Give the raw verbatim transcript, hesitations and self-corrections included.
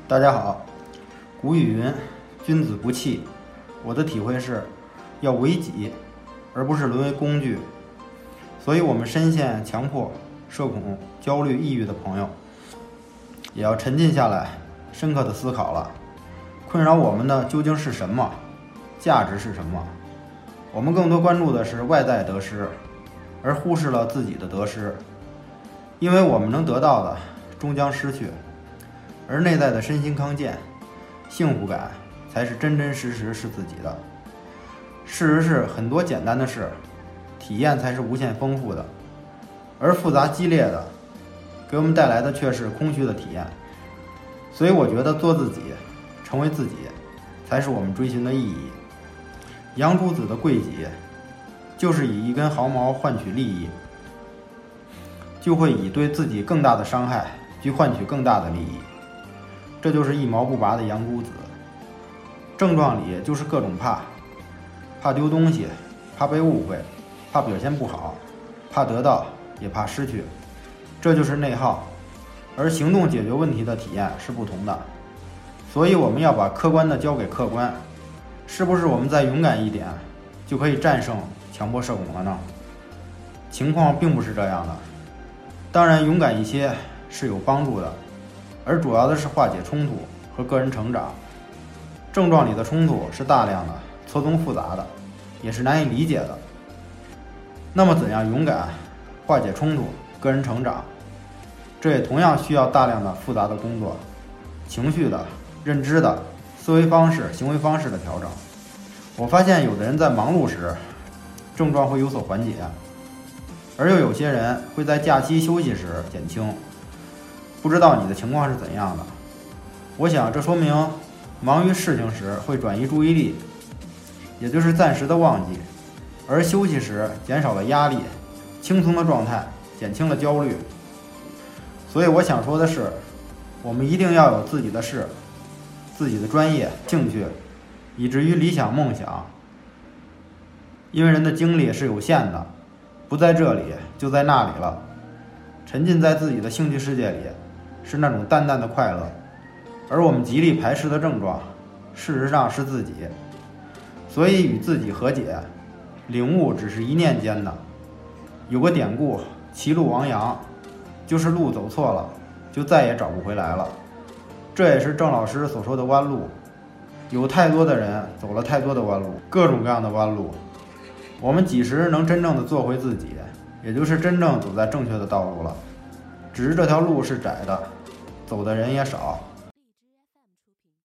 大家好，古语云君子不器，我的体会是要为己，而不是沦为工具。所以我们深陷强迫、社恐、焦虑、抑郁的朋友，也要沉浸下来，深刻的思考了，困扰我们的究竟是什么？价值是什么？我们更多关注的是外在得失，而忽视了自己的得失，因为我们能得到的终将失去，而内在的身心康健、幸福感才是真真实实是自己的。事实是，很多简单的事，体验才是无限丰富的，而复杂激烈的，给我们带来的却是空虚的体验。所以我觉得做自己，成为自己，才是我们追寻的意义。杨朱子的贵己，就是以一根毫毛换取利益，就会以对自己更大的伤害去换取更大的利益，这就是一毛不拔的杨朱子。症状里就是各种怕，怕丢东西，怕被误会，怕表现不好，怕得到，也怕失去，这就是内耗。而行动解决问题的体验是不同的，所以我们要把客观的交给客观。是不是我们再勇敢一点，就可以战胜强迫社恐了呢？情况并不是这样的。当然，勇敢一些是有帮助的，而主要的是化解冲突和个人成长。症状里的冲突是大量的、错综复杂的，也是难以理解的。那么，怎样勇敢化解冲突、个人成长？这也同样需要大量的复杂的工作，情绪的、认知的、思维方式、行为方式的调整。我发现有的人在忙碌时，症状会有所缓解，而又有些人会在假期休息时减轻。不知道你的情况是怎样的？我想这说明忙于事情时会转移注意力，也就是暂时的忘记，而休息时减少了压力，轻松的状态减轻了焦虑。所以我想说的是，我们一定要有自己的事、自己的专业、兴趣，以至于理想梦想。因为人的精力是有限的，不在这里就在那里了。沉浸在自己的兴趣世界里，是那种淡淡的快乐，而我们极力排斥的症状，事实上是自己。所以与自己和解，领悟只是一念间的。有个典故，歧路亡羊，就是路走错了，就再也找不回来了。这也是郑老师所说的弯路。有太多的人走了太多的弯路，各种各样的弯路。我们几时能真正的做回自己，也就是真正走在正确的道路了。只是这条路是窄的，走的人也少。